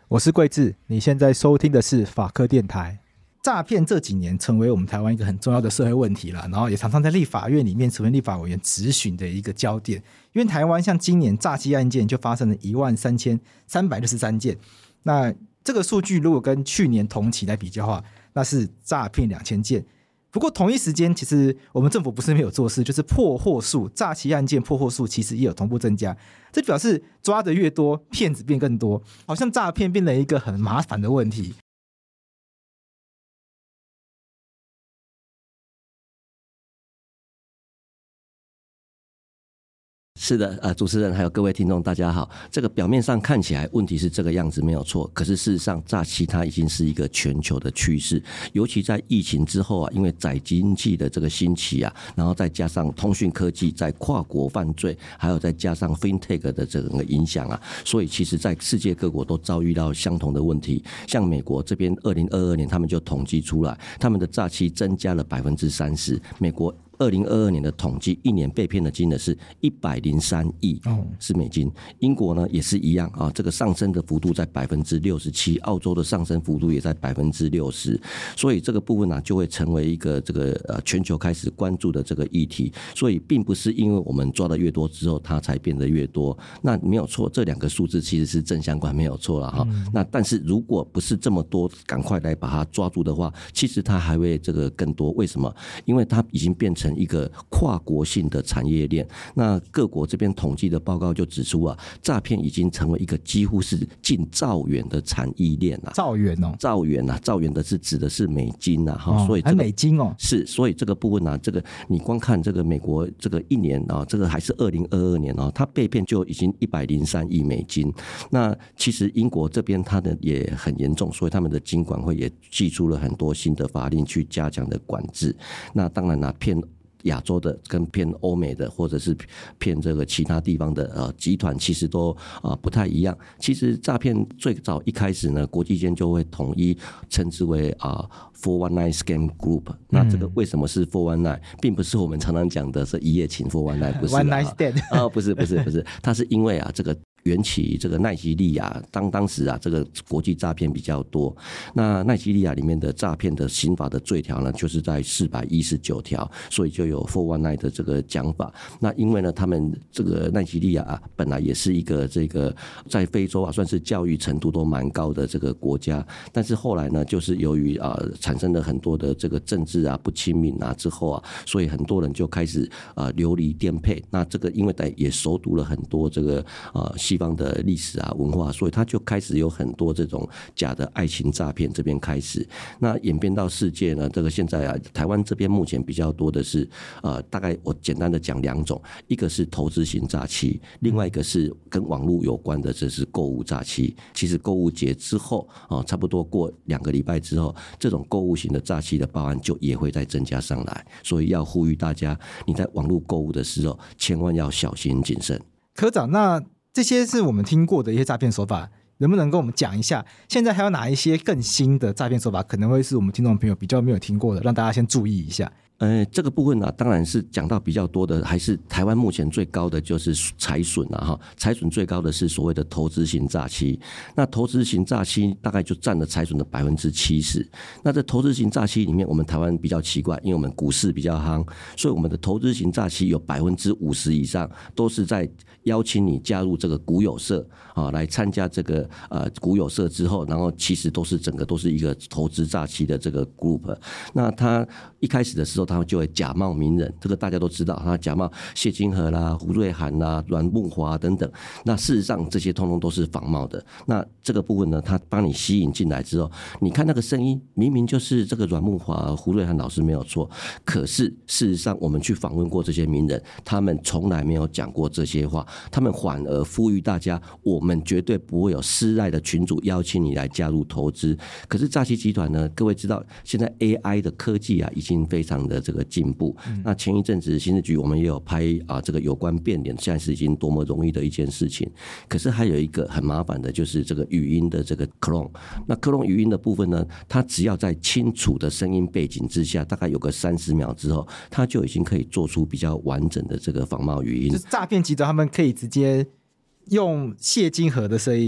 我是桂智，你现在收听的是法科电台。诈骗这几年成为我们台湾一个很重要的社会问题了，然后也常常在立法院里面成为立法委员质询的一个焦点。因为台湾像今年诈欺案件就发生了13363件，那这个数据如果跟去年同期来比较的话，那是诈骗2000件。不过同一时间，其实我们政府不是没有做事，就是破获数，诈欺案件破获数其实也有同步增加。这表示抓的越多，骗子变更多，好像诈骗变成一个很麻烦的问题。 是的，主持人还有各位听众大家好。这个表面上看起来问题是这个样子没有错，可是事实上诈欺它已经是一个全球的趋势，尤其在疫情之后因为载经济的这个兴起然后再加上通讯科技在跨国犯罪，还有再加上 FinTech 的整个影响所以其实在世界各国都遭遇到相同的问题。像美国这边2022年他们就统计出来，他们的诈欺增加了30%。美国2022年的统计，一年被骗的金额是103亿，是美金。英国呢也是一样这个上升的幅度在67%，澳洲的上升幅度也在60%，所以这个部分就会成为一个这个全球开始关注的这个议题。所以并不是因为我们抓的越多之后，它才变得越多。那没有错，这两个数字其实是正相关，没有错啦那但是如果不是这么多，赶快来把它抓住的话，其实它还会这个更多。为什么？因为它已经变成一个跨国性的产业链。那各国这边统计的报告就指出诈骗已经成为一个几乎是近兆元的产业链兆元兆元的是指的是美金所以还美金是，所以这个部分这个你光看这个美国这个一年这个还是2022年它被骗就已经103亿美金。那其实英国这边它的也很严重，所以他们的金管会也祭出了很多新的法令去加强的管制。那当然骗亚洲的跟骗欧美的或者是骗这个其他地方的集团其实都不太一样。其实诈骗最早一开始呢，国际间就会统一称之为419 Scam Group。那这个为什么是419，并不是我们常常讲的是一夜情419，不是 One Night Stand 不是，它是因为这个缘起这个奈及利亚，当时这个国际诈骗比较多。那奈及利亚里面的诈骗的刑法的罪条呢，就是在419条，所以就有419的这个讲法。那因为呢，他们这个奈及利亚本来也是一个这个在非洲算是教育程度都蛮高的这个国家，但是后来呢，就是由于产生了很多的这个政治不亲民之后所以很多人就开始流离颠沛。那这个因为也熟读了很多这个西方的历史文化，所以他就开始有很多这种假的爱情诈骗这边开始。那演变到世界呢，这个现在台湾这边目前比较多的是大概我简单的讲两种，一个是投资型诈欺，另外一个是跟网络有关的，这是购物诈欺。其实购物节之后差不多过2个礼拜之后，这种购物型的诈欺的报案就也会再增加上来。所以要呼吁大家，你在网络购物的时候千万要小心谨慎。 科长，那这些是我们听过的一些诈骗手法，能不能跟我们讲一下现在还有哪一些更新的诈骗手法可能会是我们听众朋友比较没有听过的，让大家先注意一下？ 这个部分当然是讲到比较多的，还是台湾目前最高的就是财损财损最高的是所谓的投资型诈欺。那投资型诈欺大概就占了财损的70%。那这投资型诈欺里面，我们台湾比较奇怪，因为我们股市比较夯，所以我们的投资型诈欺有50%以上都是在邀请你加入这个股友社来参加这个股友社之后，然后其实整个都是一个投资诈欺的这个 group。那他一开始的时候，他就会假冒名人，这个大家都知道，他假冒谢金河啦、胡瑞涵啦、阮木华等等。那事实上这些通通都是仿冒的。那这个部分呢，他帮你吸引进来之后，你看那个声音明明就是这个阮木华、胡瑞涵老师没有错，可是事实上我们去访问过这些名人，他们从来没有讲过这些话，他们反而呼吁大家，我们绝对不会有私赖的群组邀请你来加入投资。可是诈欺集团呢，各位知道现在 AI 的科技已经非常的这个进步。那前一阵子刑事局我们也有拍这个有关变脸，现在是已经多么容易的一件事情。可是还有一个很麻烦的，就是这个语音的这个 clone。那 clone 语音的部分呢，它只要在清楚的声音背景之下，大概有个30秒之后，它就已经可以做出比较完整的这个仿冒语音。 就是诈骗集团他们可以直接用谢金河的声音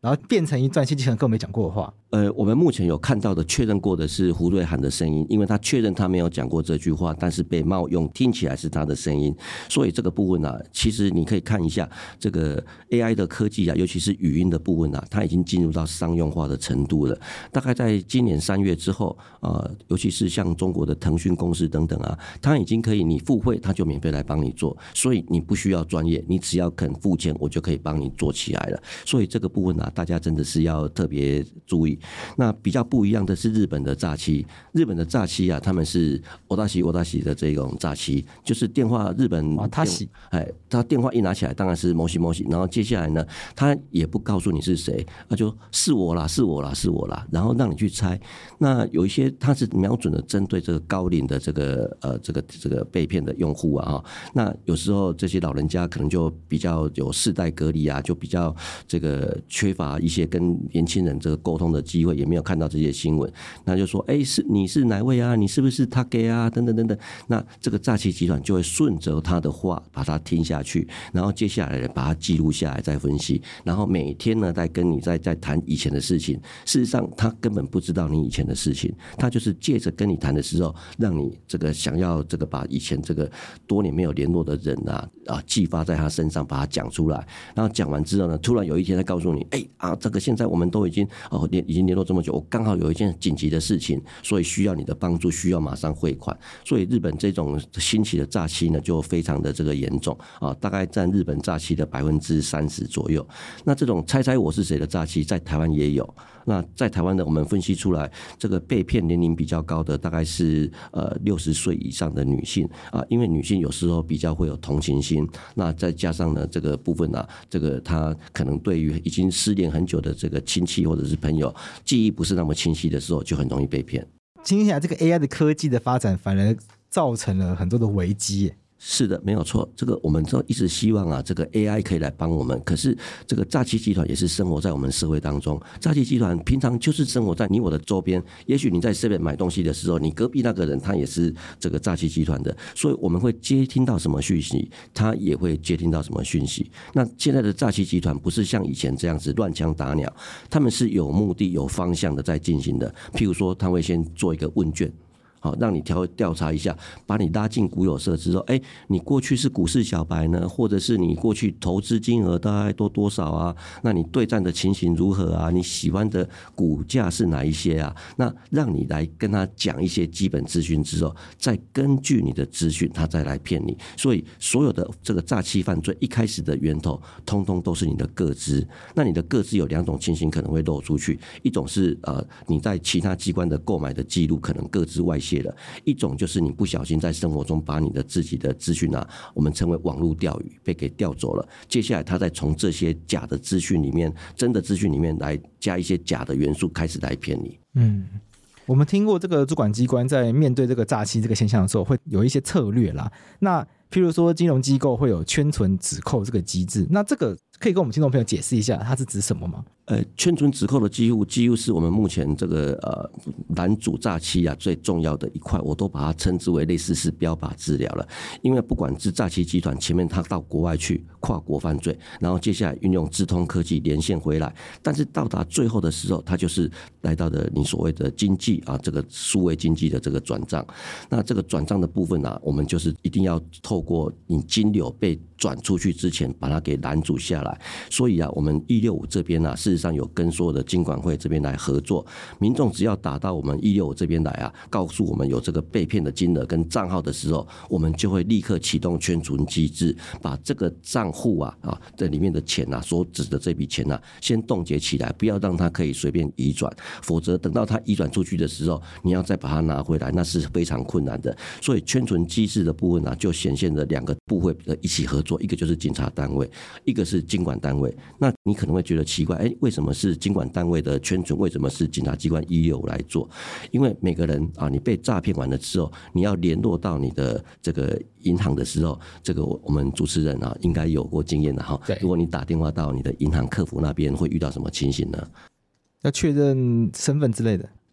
然后变成一段信息可能跟我没讲过的话。 我们目前有看到的确认过的是胡瑞涵的声音，因为他确认他没有讲过这句话，但是被冒用听起来是他的声音，所以这个部分啊，其实你可以看一下这个 AI 的科技啊，尤其是语音的部分啊，它已经进入到商用化的程度了。大概在今年3月之后，尤其是像中国的腾讯公司等等啊，它已经可以你付费，它就免费来帮你做，所以你不需要专业，你只要肯付钱，我就可以帮你做起来了。所以这个部分啊，大家真的是要特别注意。那比较不一样的是日本的诈欺，日本的诈欺啊，他们是オダシ的这种诈欺，就是电话日本他电话一拿起来当然是摩西，然后接下来呢，他也不告诉你是谁，他就是我啦，然后让你去猜。那有一些他是瞄准的针对这个高龄的这个被骗的用户啊，那有时候这些老人家可能就比较有世代隔离啊，就比较这个缺乏一些跟年轻人这个沟通的机会，也没有看到这些新闻，那就说你是哪位啊？你是不是他给啊？等等等等，那这个诈欺集团就会顺着他的话把他听下去，然后接下来把它记录下来再分析，然后每天呢再跟你再谈以前的事情。事实上他根本不知道你以前的事情，他就是借着跟你谈的时候，让你这个想要这个把以前这个多年没有联络的人寄发在他身上，把他讲出来，然后讲完之后呢，突然有一天他告诉你，这个现在我们都已经联络这么久，我刚好有一件紧急的事情，所以需要你的帮助，需要马上汇款。所以日本这种兴起的诈欺呢，就非常的这个严重大概占日本诈欺的30%左右。那这种猜我是谁的诈欺，在台湾也有。那在台湾呢，我们分析出来，这个被骗年龄比较高的大概是60岁以上的女性因为女性有时候比较会有同情心，那再加上呢这个部分这个她可能对于已经失联很久的这个亲戚或者是朋友记忆不是那么清晰的时候，就很容易被骗。 听起来这个 AI 的科技的发展反而造成了很多的危机。 是的，没有错。这个我们都一直希望这个 AI 可以来帮我们。可是这个诈欺集团也是生活在我们社会当中。诈欺集团平常就是生活在你我的周边。也许你在 7-Eleven 买东西的时候，你隔壁那个人他也是这个诈欺集团的，所以我们会接听到什么讯息，他也会接听到什么讯息。那现在的诈欺集团不是像以前这样子乱枪打鸟，他们是有目的、有方向的在进行的。譬如说，他会先做一个问卷。让你调查一下，把你拉进股友社之后，你过去是股市小白呢，或者是你过去投资金额大概多少啊？那你对战的情形如何啊？你喜欢的股价是哪一些啊？那让你来跟他讲一些基本资讯之后，再根据你的资讯，他再来骗你。所以所有的这个诈欺犯罪一开始的源头，通通都是你的个资。那你的个资有2种情形可能会漏出去，一种是你在其他机关的购买的记录可能个资外泄。一种就是你不小心在生活中把你的自己的资讯我们称为网络钓鱼，被给调走了。接下来他再从这些假的资讯里面，真的资讯里面来加一些假的元素，开始来骗你。 我们听过这个主管机关在面对这个诈欺这个现象的时候，会有一些策略啦。那譬如说金融机构会有圈存止扣这个机制，那这个可以跟我们听众朋友解释一下它是指什么吗？ 圈存止扣的几乎是我们目前这个拦阻诈欺最重要的一块，我都把它称之为类似是标靶治疗了。因为不管是诈欺集团前面他到国外去跨国犯罪，然后接下来运用资通科技连线回来，但是到达最后的时候，他就是来到的你所谓的经济这个数位经济的这个转账。那这个转账的部分我们就是一定要透过你金流被转出去之前，把它给拦阻下来。所以我们165这边事实上有跟所有的金管会这边来合作，民众只要打到我们165这边来告诉我们有这个被骗的金额跟账号的时候，我们就会立刻启动圈存机制，把这个账户这里面的钱所指的这笔钱先冻结起来，不要让它可以随便移转，否则等到它移转出去的时候，你要再把它拿回来，那是非常困难的。所以圈存机制的部分就显现了2个部会一起合作，一个就是警察单位，一个是金管单位。那你可能会觉得奇怪，为什么是金管单位的圈存，为什么是警察机关165来做？因为每个人你被诈骗完了之后，你要联络到你的这个银行的时候，这个我们主持人应该有过经验的如果你打电话到你的银行客服那边，会遇到什么情形呢？ 要确认身份之类的。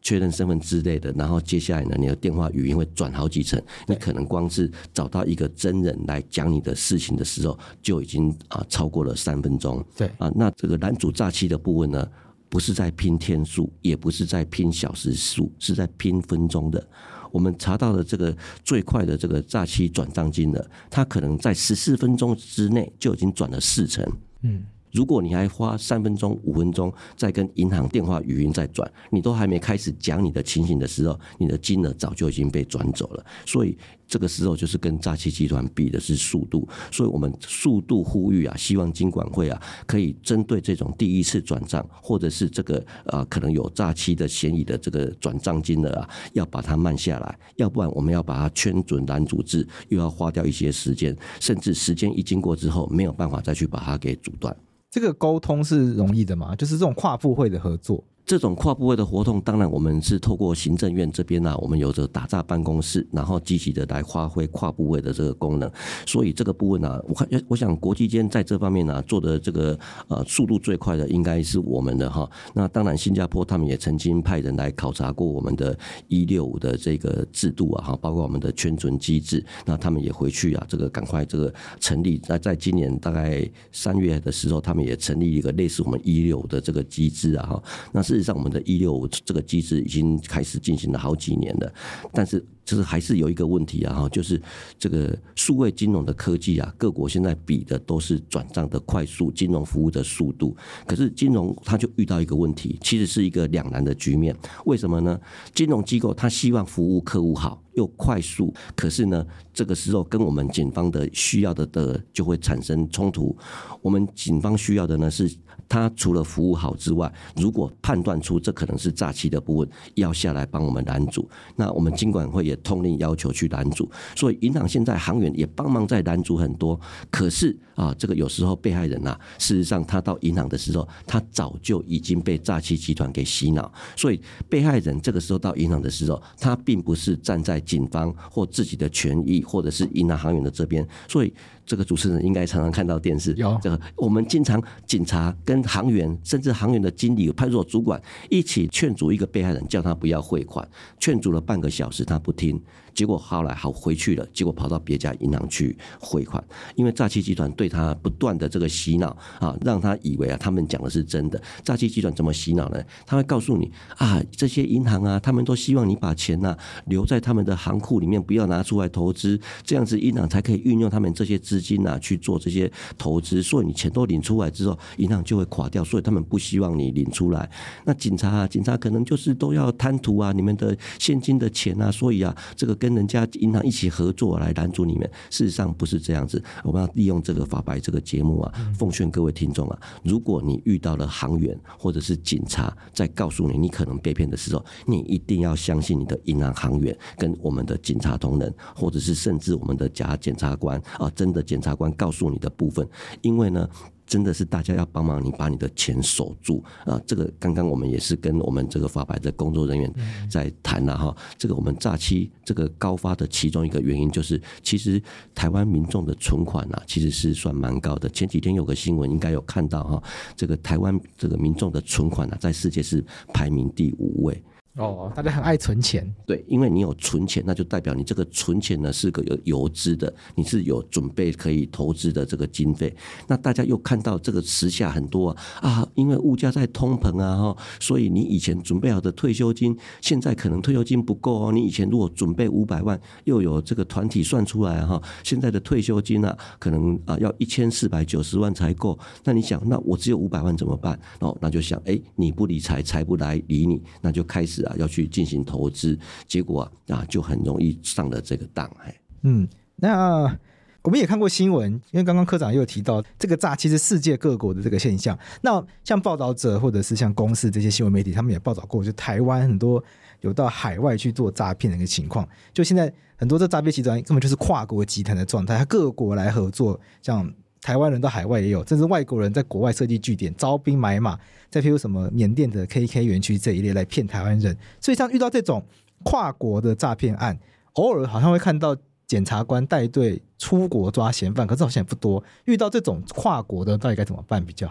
确认身份之类的，然后接下来呢，你的电话语音会转好几层，你可能光是找到一个真人来讲你的事情的时候，就已经超过了3分钟。 对那这个拦阻诈欺的部分呢，不是在拼天数，也不是在拼小时数，是在拼分钟的。我们查到的这个最快的这个诈欺转账金额，它可能在14分钟之内就已经转了4成。如果你还花3分钟、5分钟再跟银行电话语音再转，你都还没开始讲你的情形的时候，你的金额早就已经被转走了。所以这个时候就是跟诈欺集团比的是速度，所以我们速度呼吁希望金管会可以针对这种第一次转账或者是这个可能有诈欺的嫌疑的这个转账金额要把它慢下来，要不然我们要把它圈准拦阻制，又要花掉一些时间，甚至时间一经过之后没有办法再去把它给阻断。 这个沟通是容易的吗？就是这种跨部会的合作。 这种跨部会的活动，当然我们是透过行政院这边我们有着打诈办公室，然后积极的来发挥跨部会的这个功能。所以这个部分我想国际间在这方面做的这个速度最快的应该是我们的哈。那当然新加坡他们也曾经派人来考察过我们的165的这个制度包括我们的圈准机制。那他们也回去这个赶快这个成立，在今年大概3月的时候，他们也成立一个类似我们165的这个机制那事实上我们的165这个机制已经开始进行了好几年了，但是就是还是有一个问题就是这个数位金融的科技各国现在比的都是转账的快速，金融服务的速度。可是金融它就遇到一个问题，其实是一个两难的局面。为什么呢？金融机构它希望服务客户好又快速，可是呢这个时候跟我们警方的需要的就会产生冲突。我们警方需要的呢是他除了服务好之外，如果判断出这可能是诈欺的部分，要下来帮我们拦阻。那我们金管会也通令要求去拦阻，所以银行现在行员也帮忙在拦阻很多。可是这个有时候被害人事实上他到银行的时候，他早就已经被诈欺集团给洗脑，所以被害人这个时候到银行的时候，他并不是站在警方或自己的权益或者是银行行员的这边。所以这个主持人应该常常看到电视，这个我们经常警察跟行员甚至行员的经理派出所主管一起劝阻一个被害人，叫他不要汇款，劝阻了半个小时他不听，结果后来好回去了，结果跑到别家银行去汇款。因为诈欺集团对他不断的这个洗脑让他以为他们讲的是真的。诈欺集团怎么洗脑呢？他会告诉你这些银行他们都希望你把钱留在他们的行库里面，不要拿出来投资，这样子银行才可以运用他们这些资金去做这些投资，所以你钱都领出来之后，银行就会垮掉，所以他们不希望你领出来。那警察可能就是都要贪图你们的现金的钱所以这个跟人家银行一起合作来拦阻你们。事实上不是这样子，我们要利用这个法白这个节目奉劝各位听众如果你遇到了行员或者是警察在告诉你可能被骗的时候，你一定要相信你的银行行员跟我们的警察同仁，或者是甚至我们的假检察官真的检察官告诉你的部分。因为呢真的是大家要帮忙你把你的钱守住这个刚刚我们也是跟我们这个法白的工作人员在谈这个我们诈欺这个高发的其中一个原因就是，其实台湾民众的存款其实是算蛮高的。前几天有个新闻应该有看到这个台湾这个民众的存款在世界是排名第5位。 大家很爱存钱。 对，因为你有存钱，那就代表你这个存钱呢是个有游资的，你是有准备可以投资的这个经费。那大家又看到这个时下很多因为物价在通膨所以你以前准备好的退休金，现在可能退休金不够你以前如果准备500万，又有这个团体算出来现在的退休金可能要1490万才够。那你想，那我只有500万怎么办？那就想，你不理财，财不来理你，那就开始要去进行投资，结果就很容易上了这个当。 那我们也看过新闻，因为刚刚科长也有提到这个诈欺是世界各国的这个现象。那像报道者或者是像公视这些新闻媒体，他们也报道过，就台湾很多有到海外去做诈骗的一个情况。就现在很多这诈骗集团根本就是跨国集团的状态，各国来合作，像台湾人到海外也有，甚至外国人在国外设计据点，招兵买马，再譬如什么缅甸的 KK 园区这一类来骗台湾人。所以像遇到这种跨国的诈骗案，偶尔好像会看到检察官带队出国抓嫌犯，可是好像也不多。遇到这种跨国的到底该怎么办比较好？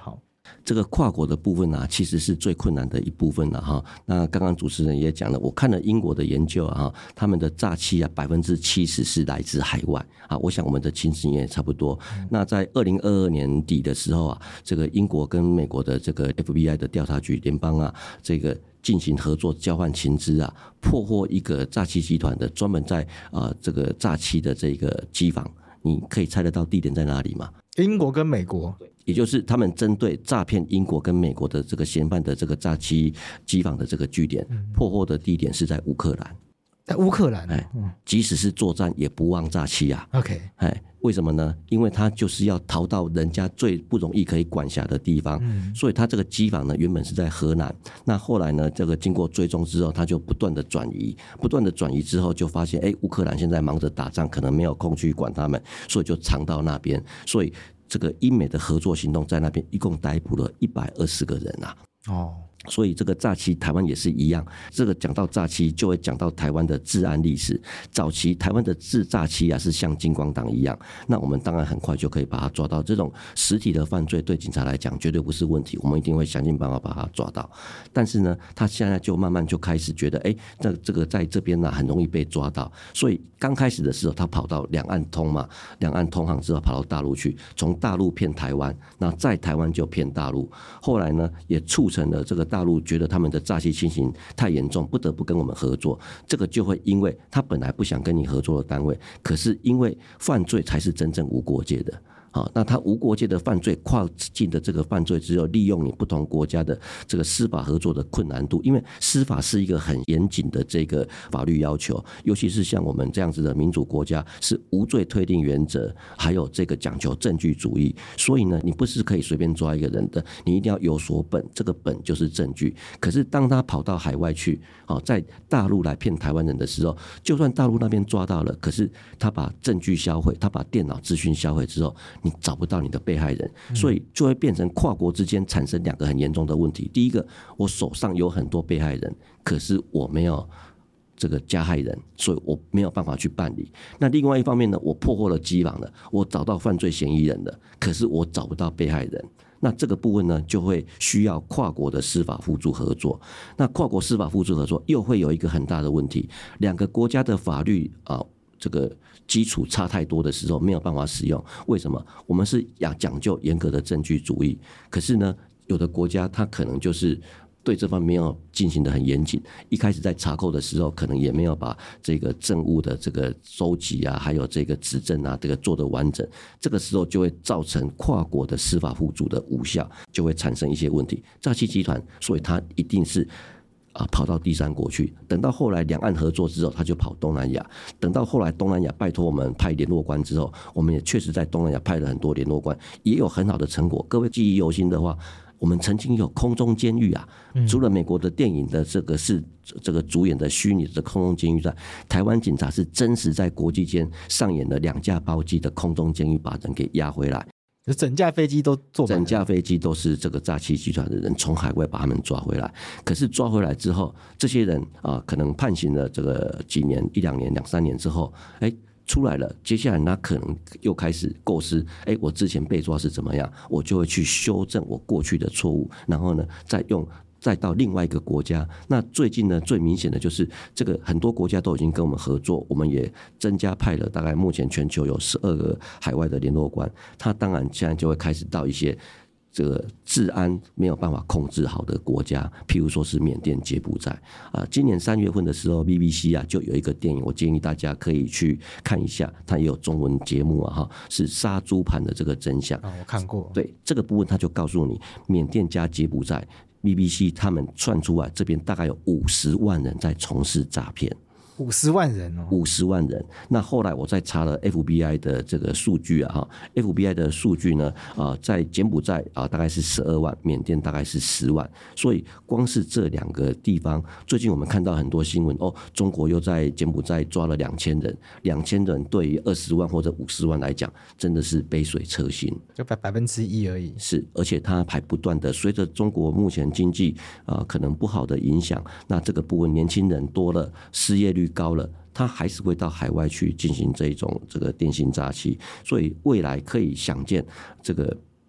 这个跨国的部分啊，其实是最困难的一部分了哈。那刚刚主持人也讲了，我看了英国的研究啊，他们的诈欺啊70%是来自海外啊。我想我们的情形也差不多。那在2022年底的时候啊，这个英国跟美国的这个 FBI 的调查局联邦啊，这个进行合作交换情资啊，破获一个诈欺集团的专门在这个诈欺的这个机房。你可以猜得到地点在哪里吗？ 英国跟美国， 也就是他们针对诈骗英国跟美国的这个嫌犯的这个诈欺机房的这个据点，破获的地点是在乌克兰。 在乌克兰， 即使是作战也不忘诈欺啊。 OK， 为什么呢？因为他就是要逃到人家最不容易可以管辖的地方，所以他这个机房呢原本是在河南，那后来呢这个经过追踪之后，他就不断的转移之后就发现，乌克兰现在忙着打仗，可能没有空去管他们，所以就藏到那边，所以这个英美的合作行动在那边一共逮捕了120个人啊。所以这个诈欺台湾也是一样，这个讲到诈欺就会讲到台湾的治安历史。早期台湾的诈欺啊是像金光党一样，那我们当然很快就可以把它抓到。这种实体的犯罪对警察来讲绝对不是问题，我们一定会想尽办法把它抓到。但是呢，他现在就慢慢就开始觉得，这个在这边呢很容易被抓到，所以刚开始的时候他跑到两岸通嘛，两岸通航之后跑到大陆去，从大陆骗台湾，那在台湾就骗大陆。后来呢也促成了这个大陆觉得他们的诈欺情形太严重，不得不跟我们合作。这个就会因为他本来不想跟你合作的单位，可是因为犯罪才是真正无国界的。那他无国界的犯罪，跨境的这个犯罪，只有利用你不同国家的这个司法合作的困难度，因为司法是一个很严谨的这个法律要求，尤其是像我们这样子的民主国家，是无罪推定原则，还有这个讲求证据主义，所以呢，你不是可以随便抓一个人的，你一定要有所本，这个本就是证据。可是当他跑到海外去，在大陆来骗台湾人的时候，就算大陆那边抓到了，可是他把证据销毁，他把电脑资讯销毁之后，你找不到你的被害人，所以就会变成跨国之间产生两个很严重的问题。第一个，我手上有很多被害人，可是我没有这个加害人，所以我没有办法去办理。那另外一方面呢，我破获了机房了，我找到犯罪嫌疑人了，可是我找不到被害人。那这个部分呢，就会需要跨国的司法互助合作。那跨国司法互助合作又会有一个很大的问题，两个国家的法律这个基础差太多的时候没有办法使用。为什么？我们是要讲究严格的证据主义，可是呢，有的国家它可能就是对这方面没有进行的很严谨，一开始在查扣的时候可能也没有把这个证物的这个收集啊，还有这个指证啊，这个做得完整，这个时候就会造成跨国的司法互助的无效，就会产生一些问题。诈欺集团所以它一定是跑到第三国去，等到后来两岸合作之后，他就跑东南亚。等到后来东南亚拜托我们派联络官之后，我们也确实在东南亚派了很多联络官，也有很好的成果。各位记忆犹新的话，我们曾经有空中监狱啊，除了美国的电影的这个是这个主演的虚拟的空中监狱在，台湾警察是真实在国际间上演了2架包机的空中监狱，把人给押回来。 整架飞机都坐满了， 整架飞机都是这个诈欺集团的人从海外把他们抓回来。可是抓回来之后，这些人可能判刑了这个几年1-2年2-3年之后，出来了，接下来他可能又开始构思，我之前被抓是怎么样，我就会去修正我过去的错误，然后呢再到另外一个国家。那最近呢，最明显的就是这个很多国家都已经跟我们合作，我们也增加派了大概目前全球有12个海外的联络官，他当然现在就会开始到一些这个治安没有办法控制好的国家，譬如说是缅甸、柬埔寨今年3月份的时候 BBC 就有一个电影，我建议大家可以去看一下，它也有中文节目是杀猪盘的这个真相我看过。 对，这个部分他就告诉你，缅甸加柬埔寨 BBC 他们算出来这边大概有50万人在从事诈骗。 50万人 50万人。那后来我再查了 FBI 的这个数据FBI 的数据呢在柬埔寨大概是12万，缅甸大概是10万。所以光是这2个地方，最近我们看到很多新闻中国又在柬埔寨抓了2000人，2000人对于20万或者50万来讲，真的是杯水车薪， 就1%而已。 是，而且它还不断的随着中国目前经济可能不好的影响，那这个部分年轻人多了，失业率高了，他还是会到海外去进行这个电信诈欺。所以未来可以想见，这个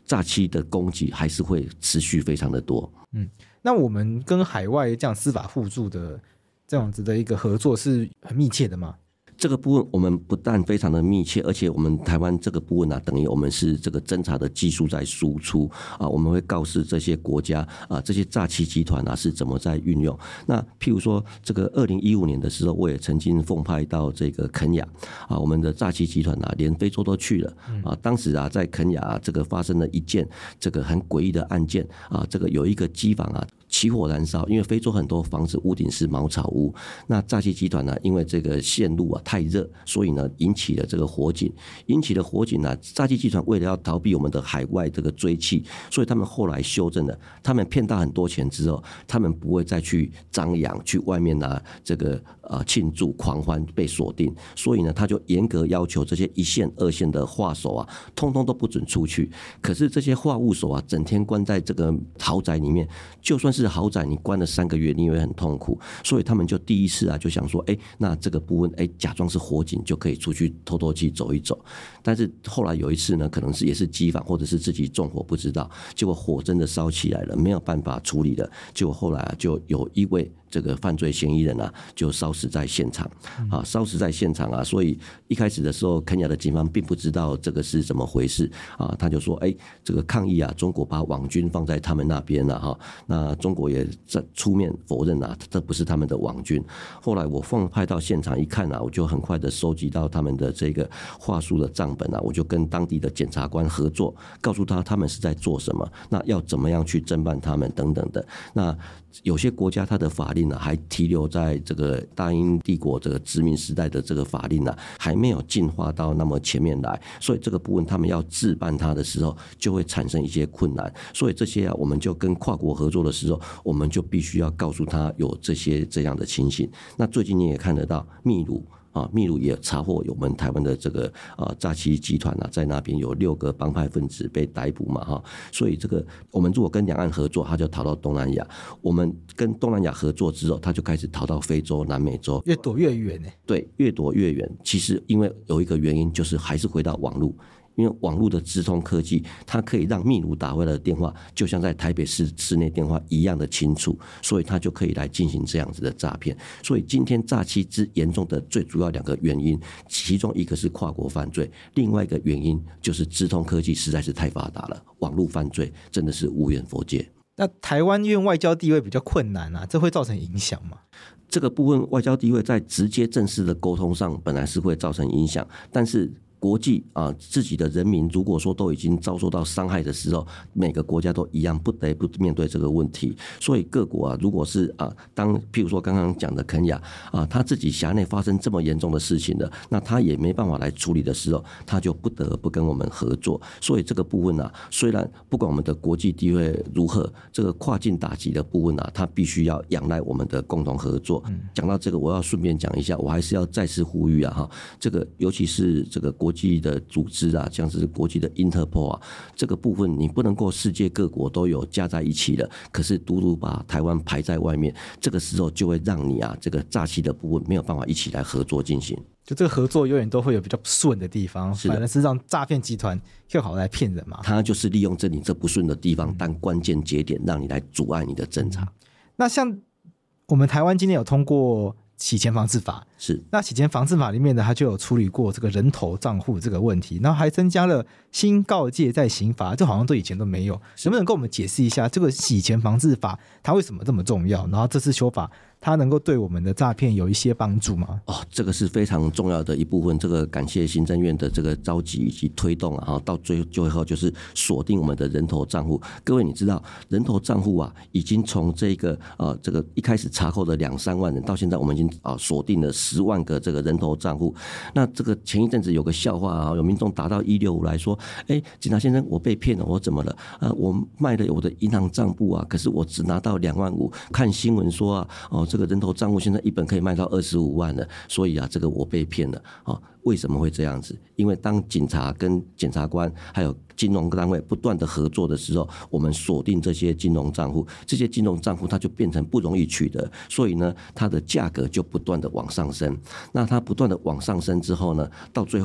诈欺的攻击还是会持续非常的多。 那我们跟海外这样司法互助的这样子的一个合作是很密切的吗？ 这个部分我们不但非常的密切，而且我们台湾这个部分等于我们是这个侦查的技术在输出我们会告诉这些国家这些诈欺集团是怎么在运用。那譬如说这个2015年的时候，我也曾经奉派到这个肯亚我们的诈欺集团连非洲都去了当时在肯亚这个发生了一件这个很诡异的案件这个有一个机房起火燃烧，因为非洲很多房子屋顶是茅草屋，那诈欺集团因为这个线路太热，所以呢引起了这个火警，诈欺集团为了要逃避我们的海外这个追缉，所以他们后来修正了，他们骗到很多钱之后，他们不会再去张扬去外面这个庆祝狂欢被锁定，所以呢他就严格要求这些一线二线的画手通通都不准出去。可是这些画务手整天关在这个豪宅里面，就算是豪宅你关了3个月你也会很痛苦，所以他们就第一次就想说那这个部分假装是火警就可以出去透透气走一走。但是后来有一次呢，可能也是机房或者是自己纵火不知道，结果火真的烧起来了，没有办法处理了，结果后来就有一位这个犯罪嫌疑人就烧死在现场所以一开始的时候肯亚的警方并不知道这个是怎么回事他就说这个抗议中国把网军放在他们那边了那中国也出面否认这不是他们的网军。后来我奉派到现场一看我就很快的收集到他们的这个话术的账本我就跟当地的检察官合作，告诉他们是在做什么，那要怎么样去侦办他们等等的。那有些国家它的法令还停留在这个大英帝国这个殖民时代的这个法令还没有进化到那么前面来，所以这个部分他们要自办它的时候就会产生一些困难。所以这些我们就跟跨国合作的时候，我们就必须要告诉他有这样的情形。那最近你也看得到秘鲁也查获我们台湾的这个诈欺集团在那边有6个帮派分子被逮捕嘛所以这个我们如果跟两岸合作，他就逃到东南亚；我们跟东南亚合作之后，他就开始逃到非洲、南美洲， 越躲越远对，越躲越远。其实因为有一个原因，就是还是回到网络。因为网络的直通科技，它可以让秘鲁打回来的电话就像在台北市市内电话一样的清楚，所以它就可以来进行这样子的诈骗。所以今天诈欺之严重的最主要2个原因，其中一个是跨国犯罪，另外一个原因就是直通科技实在是太发达了，网络犯罪真的是无远弗届。 那台湾因为外交地位比较困难这会造成影响吗？ 这个部分外交地位在直接正式的沟通上本来是会造成影响，但是国际自己的人民如果说都已经遭受到伤害的时候，每个国家都一样不得不面对这个问题。所以各国如果是譬如说刚刚讲的肯亚他自己辖内发生这么严重的事情了，那他也没办法来处理的时候，他就不得不跟我们合作。所以这个部分虽然不管我们的国际地位如何，这个跨境打击的部分它必须要仰赖我们的共同合作。讲到这个，我要顺便讲一下，我还是要再次呼吁这个尤其是这个国际的组织像是国际的 Interpol 这个部分你不能够世界各国都有加在一起了，可是独独把台湾排在外面，这个时候就会让你这个诈欺的部分没有办法一起来合作进行。 就这个合作永远都会有比较不顺的地方，反而是让诈骗集团更好来骗人嘛。 他就是利用你这不顺的地方当关键节点，让你来阻碍你的侦查。 那像我们台湾今天有通过洗钱防治法， 是那洗钱防治法里面呢，它就有处理过这个人头账户这个问题，然后还增加了新告诫在刑罚，这好像对以前都没有。能不能跟我们解释一下这个洗钱防治法它为什么这么重要？然后这次修法它能够对我们的诈骗有一些帮助吗？ 这个是非常重要的一部分。这个感谢行政院的这个召集以及推动到最后就是锁定我们的人头账户。各位你知道人头账户已经从这个一开始查扣的2-3万人，到现在我们已经锁定了10万个这个人头账户。那这个前一阵子有个笑话有民众打到165来说，警察先生我被骗了，我怎么了？我卖了我的银行账簿可是我只拿到2万5，看新闻说这个人头账户现在一本可以卖到25万了，所以这个我被骗了为什么会这样子？因为当警察跟检察官还有金融单位不断的合作的时候，我们锁定这些金融账户，这些金融账户它就变成不容易取得，所以呢，它的价格就不断的往上升。那它不断的往上升之后呢，到最后我们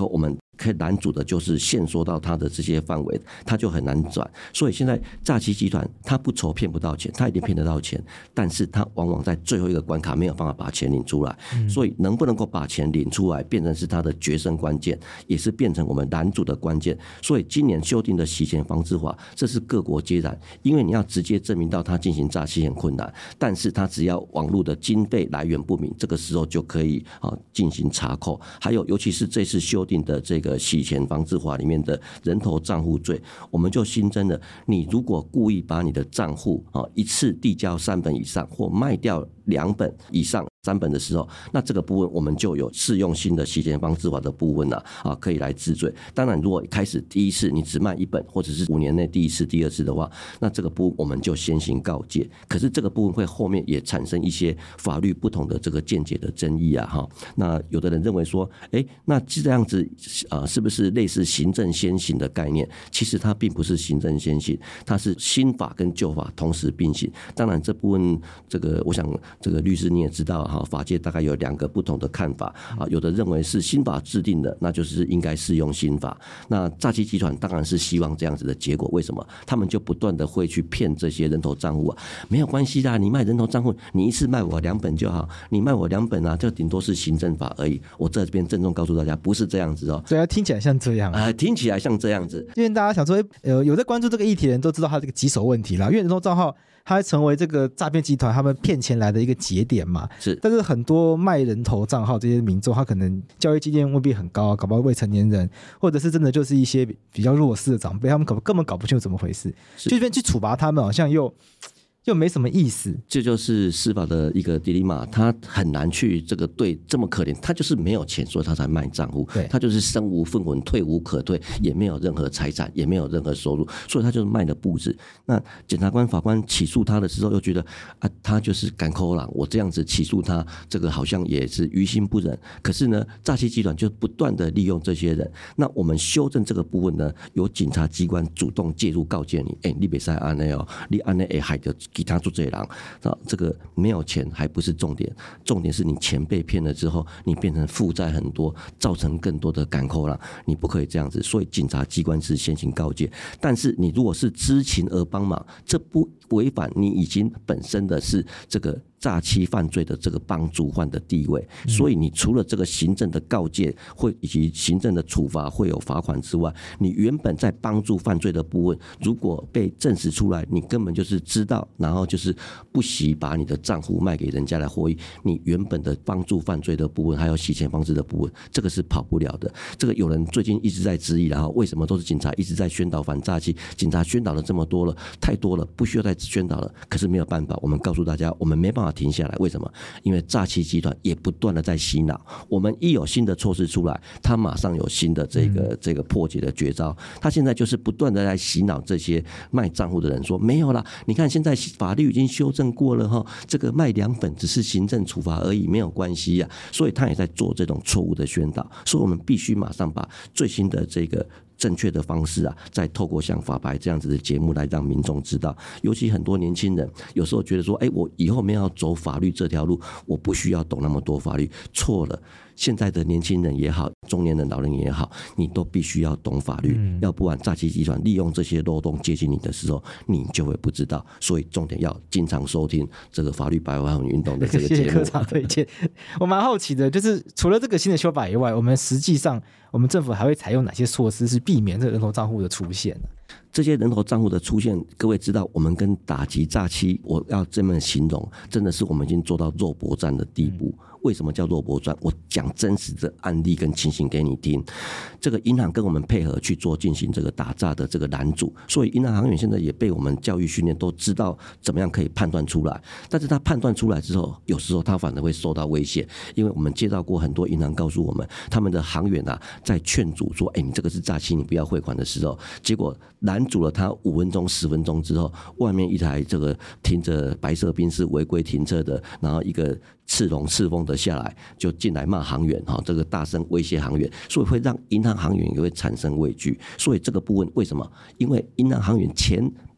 可以拦阻的就是限缩到它的这些范围，它就很难转。所以现在诈欺集团他不愁骗不到钱，他一定骗得到钱，但是他往往在最后一个关卡没有办法把钱领出来。所以能不能够把钱领出来，变成是他的决胜关键，也是变成我们拦阻的关键。所以今年修订的洗钱防治法，这是各国皆然，因为你要直接证明到他进行诈欺很困难，但是他只要网络的经费来源不明，这个时候就可以进行查扣。还有尤其是这次修订的这个洗钱防治法里面的人头账户罪，我们就新增了，你如果故意把你的账户一次递交3本以上，或卖掉2本以上3本的时候，那这个部分我们就有适用新的洗钱防治法的部分可以来治罪。当然如果开始第一次你只卖1本，或者是5年内第一次第二次的话，那这个部分我们就先行告诫。可是这个部分会后面也产生一些法律不同的这个见解的争议那有的人认为说那这样子是不是类似行政先行的概念？其实它并不是行政先行，它是新法跟旧法同时并行。当然这部分这个我想这个律师你也知道法界大概有2个不同的看法有的认为是新法制定的，那就是应该适用新法。那诈欺集团当然是希望这样子的结果，为什么？他们就不断的会去骗这些人头账户没有关系的，你卖人头账户，你一次卖我2本就好，你卖我2本这顶多是行政法而已。我这边郑重告诉大家，不是这样子对啊，听起来像这样听起来像这样子。 因为大家想说有在关注这个议题的人都知道它这个棘手问题啦，因为人头账号它会成为这个诈骗集团他们骗钱来的一个节点嘛。 是， 但是很多卖人头账号这些民众，他可能教育经验未必很高搞不好未成年人，或者是真的就是一些比较弱势的长辈，他们根本搞不清楚怎么回事，就这边去处罚他们好像又没什么意思。 这就是司法的一个 dilemma， 他很难去这个对这么可怜，他就是没有钱，所以他才卖账户，他就是身无分文，退无可退，也没有任何财产，也没有任何收入，所以他就是卖了步子。那检察官法官起诉他的时候又觉得他就是赶口狼，我这样子起诉他，这个好像也是于心不忍。可是呢，诈欺集团就不断的利用这些人。那我们修正这个部分呢，由警察机关主动介入告诫你，你不可以这样你这样会害到其他做这人这个没有钱还不是重点，重点是你钱被骗了之后，你变成负债很多，造成更多的赶扣了，你不可以这样子。所以警察机关是先行告诫，但是你如果是知情而帮忙，这不违反你已经本身的是这个诈欺犯罪的这个帮助犯的地位，所以你除了这个行政的告诫会以及行政的处罚会有罚款之外，你原本在帮助犯罪的部分，如果被证实出来，你根本就是知道，然后就是不惜把你的账户卖给人家来获益，你原本的帮助犯罪的部分还有洗钱方式的部分，这个是跑不了的。这个有人最近一直在质疑，然后为什么都是警察一直在宣导反诈欺？警察宣导了这么多了，太多了，不需要再宣导了。可是没有办法，我们告诉大家，我们没办法停下来。为什么？因为诈欺集团也不断的在洗脑。我们一有新的措施出来，他马上有新的这个破解的绝招。他现在就是不断的在洗脑这些卖账户的人，说没有啦，你看现在法律已经修正过了哈，这个卖2本只是行政处罚而已，没有关系呀。所以他也在做这种错误的宣导。所以我们必须马上把最新的这个正确的方式再透过像法白这样子的节目来让民众知道。尤其很多年轻人有时候觉得说，我以后没有要走法律这条路，我不需要懂那么多法律。错了，现在的年轻人也好，中年人老人也好，你都必须要懂法律，要不然诈欺集团利用这些漏洞接近你的时候，你就会不知道。所以重点要经常收听这个法律白话文运动的这个节目。谢谢科长推荐。我蛮好奇的，就是除了这个新的修法以外，我们实际上我们政府还会采用哪些措施是避免这个人头账户的出现呢？ 这些人头账户的出现，各位知道，我们跟打击诈欺，我要这么形容，真的是我们已经做到肉搏战的地步。为什么叫肉搏战？我讲真实的案例跟情形给你听。这个银行跟我们配合去做进行这个打诈的这个拦阻，所以银行行员现在也被我们教育训练，都知道怎么样可以判断出来。但是他判断出来之后，有时候他反而会受到威胁，因为我们接到过很多银行告诉我们，他们的行员在劝阻说，你这个是诈欺，你不要汇款的时候，结果拦阻了他5分钟10分钟之后，外面一台这个停着白色宾士违规停车的，然后一个赤龙赤凤的下来就进来骂行员，这个大声威胁行员，所以会让银行行员也会产生畏惧。所以这个部分为什么？因为银行行员钱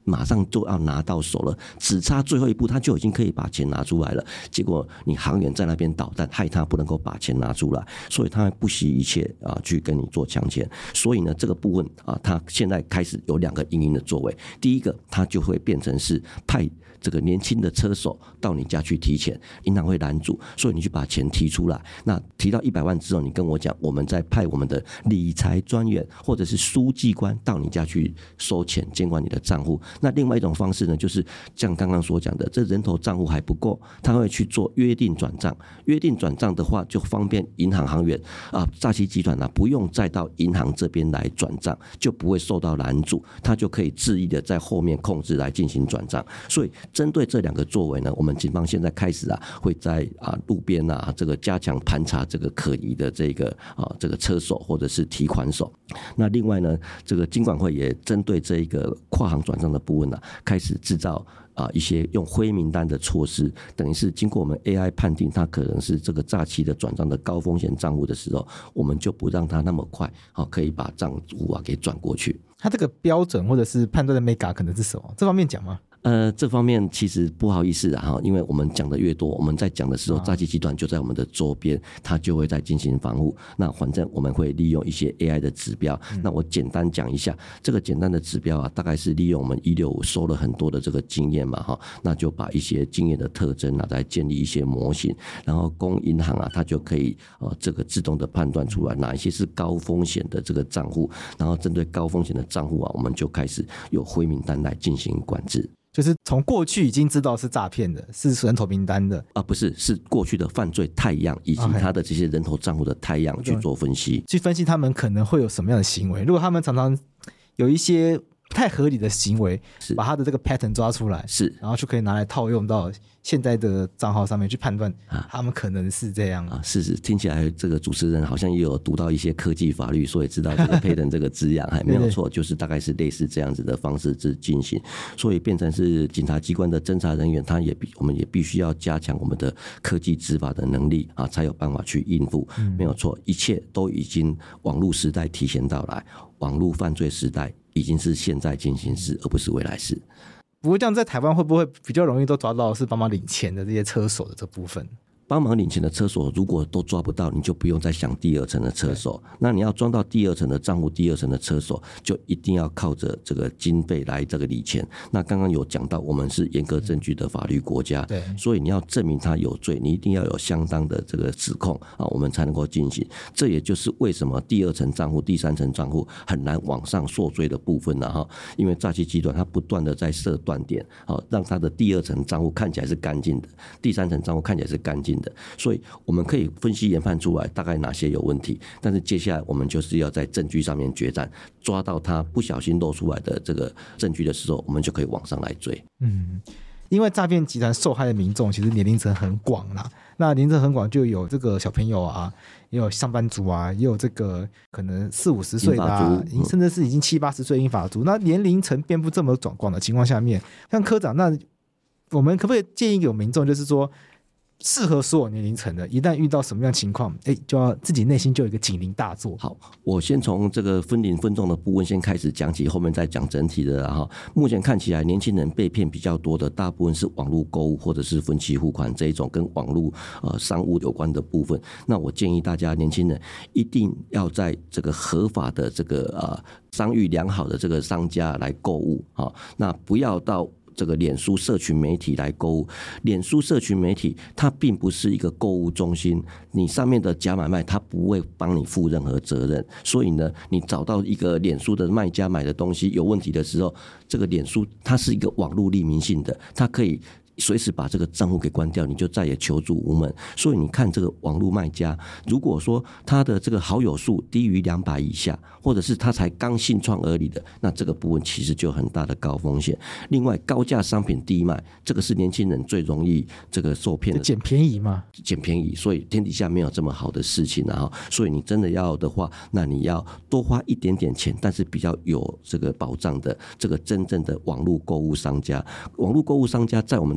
马上就要拿到手了，只差最后一步他就已经可以把钱拿出来了，结果你行员在那边捣蛋，害他不能够把钱拿出来，所以他不惜一切去跟你做抢钱。所以呢这个部分他现在开始有2个因应的作为。第一个，他就会变成是派这个年轻的车手到你家去提钱，银行会拦住，所以你去把钱提出来。那提到100万之后，你跟我讲，我们再派我们的理财专员或者是书记官到你家去收钱，监管你的账户。那另外一种方式呢，就是像刚刚所讲的，这人头账户还不够，他会去做约定转账。约定转账的话，就方便银行行员诈欺集团不用再到银行这边来转账，就不会受到拦阻，他就可以恣意的在后面控制来进行转账。所以针对这2个作为呢，我们警方现在开始会在路边这个加强盘查这个可疑的这个车手或者是提款手。那另外呢，这个金管会也针对这一个跨行转账的部分开始制造一些用灰名单的措施，等于是经过我们 AI 判定它可能是这个诈欺的转账的高风险账户的时候，我们就不让它那么快可以把账户给转过去。 它这个标准或者是判断的 mega 可能是什么？这方面讲吗？ 这方面其实不好意思因为我们讲的越多，我们在讲的时候，诈欺集团就在我们的周边，它就会在进行防护。那反正我们会利用一些 AI 的指标，那我简单讲一下这个简单的指标大概是利用我们165收了很多的这个经验嘛那就把一些经验的特征来建立一些模型，然后供银行它就可以这个自动的判断出来哪一些是高风险的这个账户，然后针对高风险的账户我们就开始有灰名单来进行管制。 就是从过去已经知道是诈骗的，是人头名单的不是，是过去的犯罪态样以及他的这些人头账户的态样去做分析， 去分析他们可能会有什么样的行为。如果他们常常有一些不太合理的行为，把他的这个 pattern 抓出来， 是， 然后就可以拿来套用到现在的账号上面去判断他们可能是这样是听起来这个主持人好像也有读到一些科技法律，所以知道这个 pattern 这个字样还没有错，就是大概是类似这样子的方式进行，所以变成是警察机关的侦查人员，我们也必须要加强我们的科技执法的能力才有办法去应付。没有错，一切都已经网络时代提前到来，网络犯罪时代已经是现在进行时，而不是未来时。 不过这样在台湾会不会比较容易都抓到是帮忙领钱的这些车手的这部分？ 帮忙领钱的车手如果都抓不到，你就不用再想第2层的车手。那你要装到第2层的账户，第2层的车手就一定要靠着这个经费来这个理钱。那刚刚有讲到，我们是严格证据的法律国家，所以你要证明他有罪，你一定要有相当的这个指控我们才能够进行。这也就是为什么第2层账户、第3层账户很难往上溯追的部分因为诈欺集团它不断的在设断点让他的第2层账户看起来是干净的，第3层账户看起来是干净的，所以我们可以分析研判出来大概哪些有问题，但是接下来我们就是要在证据上面决战，抓到他不小心露出来的这个证据的时候，我们就可以往上来追。 因为诈骗集团受害的民众其实年龄层很广啦，那年龄层很广，就有这个小朋友也有上班族也有这个可能40-50岁的甚至是已经70-80岁英法族，那年龄层遍布这么广的情况下面，像科长，那我们可不可以建议给民众，就是说适合所有年龄层的，一旦遇到什么样的情况就要自己内心就有一个警铃大作。 好，我先从这个分龄分众的部分先开始讲起，后面再讲整体的目前看起来年轻人被骗比较多的大部分是网络购物或者是分期付款这一种跟网络商务有关的部分。那我建议大家年轻人一定要在这个合法的这个商誉良好的这个商家来购物那不要到这个脸书社群媒体来购物。脸书社群媒体它并不是一个购物中心，你上面的假买卖它不会帮你负任何责任，所以呢你找到一个脸书的卖家买的东西有问题的时候，这个脸书它是一个网络匿名性的，它可以随时把这个账户给关掉，你就再也求助无门。所以你看这个网络卖家，如果说他的这个好友数低于200以下，或者是他才刚新创而已的，那这个部分其实就很大的高风险。另外高价商品低卖，这个是年轻人最容易这个受骗的， 捡便宜嘛， 捡便宜，所以天底下没有这么好的事情所以你真的要的话，那你要多花一点点钱，但是比较有这个保障的这个真正的网络购物商家。网络购物商家在我们的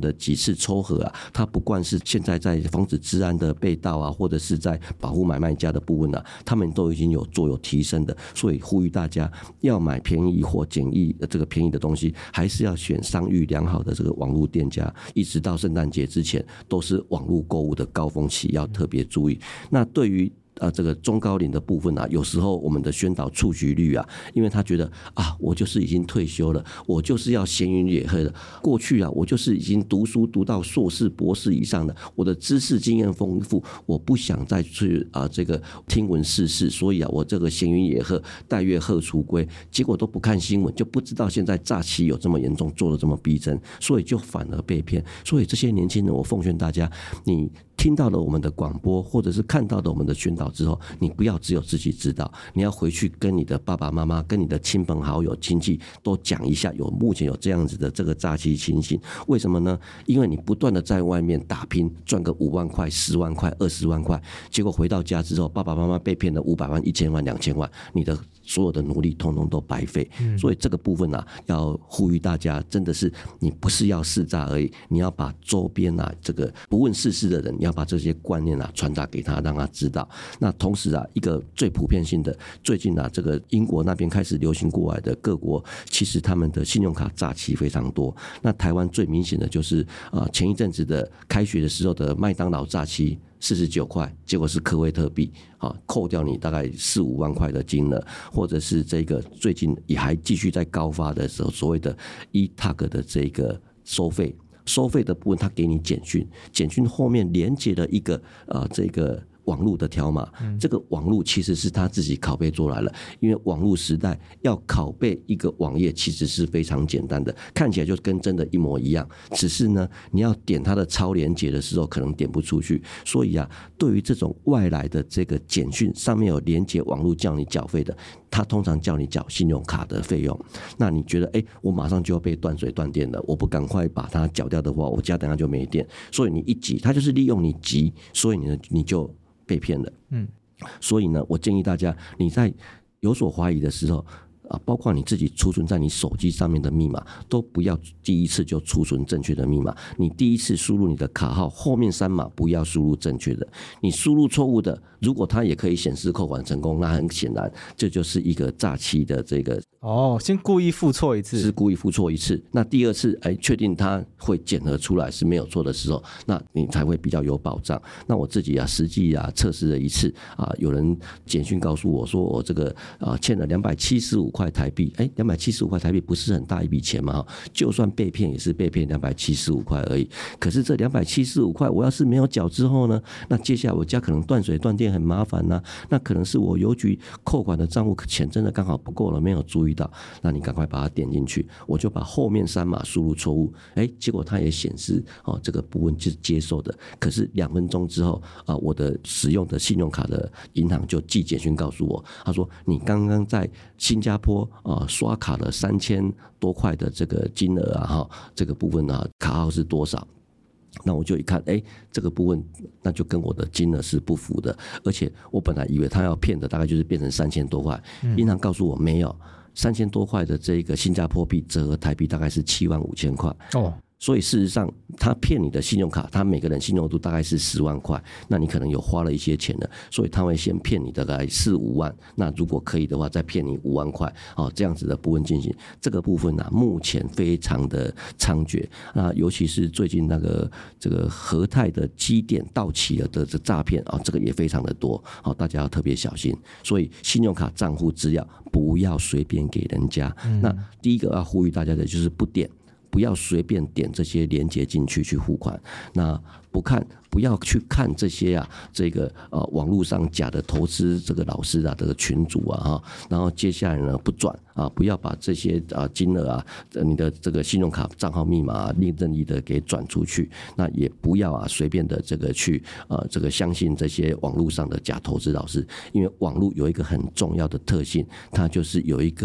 的几次撮合啊，它不管是现在在防止治安的被盗啊，或者是在保护买卖家的部分啊，他们都已经有提升的。所以呼吁大家要买便宜或简易这个便宜的东西，还是要选商誉良好的这个网络店家。一直到圣诞节之前，都是网络购物的高峰期，要特别注意。那对于这个中高龄的部分啊，有时候我们的宣导触及率啊，因为他觉得啊，我就是已经退休了，我就是要闲云野鹤的。过去啊，我就是已经读书读到硕士、博士以上的，我的知识经验丰富，我不想再去这个听闻世事，所以啊，我这个闲云野鹤，待月鹤雏归，结果都不看新闻，就不知道现在诈欺有这么严重，做得这么逼真，所以就反而被骗。所以这些年轻人，我奉劝大家，你听到了我们的广播，或者是看到了我们的宣导之后，你不要只有自己知道，你要回去跟你的爸爸妈妈、跟你的亲朋好友、亲戚都讲一下，目前有这样子的这个诈欺情形。为什么呢？因为你不断的在外面打拼，赚个5万块、10万块、20万块，结果回到家之后，爸爸妈妈被骗了500万、1000万、2000万，你的所有的努力通通都白费。所以这个部分啊，要呼吁大家，真的是你不是要识诈而已，你要把周边啊这个不问世事的人，你要把这些观念啊传达给他，让他知道。那同时啊，一个最普遍性的，最近啊这个英国那边开始流行过来的各国，其实他们的信用卡诈欺非常多。那台湾最明显的就是前一阵子的开学的时候的麦当劳诈欺。49块，结果是科威特币，扣掉你大概4-5万块的金额，或者是这个最近也还继续在高发的时候，所谓的 eTag 的这个收费的部分，它给你简讯后面连接了一个这个网络的条码，这个网络其实是他自己拷贝做来了，因为网络时代要拷贝一个网页其实是非常简单的，看起来就跟真的一模一样，只是呢你要点它的超连结的时候可能点不出去。所以啊，对于这种外来的这个简讯上面有连结网络叫你缴费的，他通常叫你缴信用卡的费用。那你觉得我马上就要被断水断电了，我不赶快把它缴掉的话，我家等下就没电。所以你一急，他就是利用你急，所以你就被骗了。所以呢，我建议大家，你在有所怀疑的时候包括你自己储存在你手机上面的密码，都不要第一次就储存正确的密码。你第一次输入你的卡号，后面3码不要输入正确的。你输入错误的，如果它也可以显示扣款成功，那很显然这就是一个诈欺的这个。 先故意付错一次， 是故意付错一次。那第二次，确定它会检核出来是没有错的时候，那你才会比较有保障。那我自己实际测试了一次有人简讯告诉我说，我这个欠了275块台币，275块台币不是很大一笔钱嘛？就算被骗也是被骗275块而已。可是这275块，我要是没有缴之后呢，那接下来我家可能断水断电很麻烦啊。那可能是我邮局扣款的账户钱真的刚好不够了，没有注意到，那你赶快把它点进去，我就把后面3码输入错误，结果它也显示这个部分是接受的。可是2分钟之后我的使用的信用卡的银行就寄简讯告诉我，他说你刚刚在新加坡刷卡了3000多块的这个金额这个部分卡号是多少？那我就一看，这个部分那就跟我的金额是不符的，而且我本来以为他要骗的大概就是变成3000多块，银行告诉我没有，3000多块的这个新加坡币折合台币大概是75000块。所以事实上他骗你的信用卡，他每个人信用度大概是10万块，那你可能有花了一些钱了，所以他会先骗你大概4-5万，那如果可以的话再骗你5万块这样子的部分进行。这个部分目前非常的猖獗，那尤其是最近那个这个和泰的基点到期了的这诈骗这个也非常的多大家要特别小心。所以信用卡账户资料不要随便给人家。那第一个要呼吁大家的就是不要随便点这些连结进去付款，那不要去看这些这个网络上假的投资这个老师这个群组然后接下来呢不转不要把这些金额你的这个信用卡账号密码任意的给转出去，那也不要随便的这个去这个相信这些网络上的假投资老师，因为网络有一个很重要的特性，它就是有一个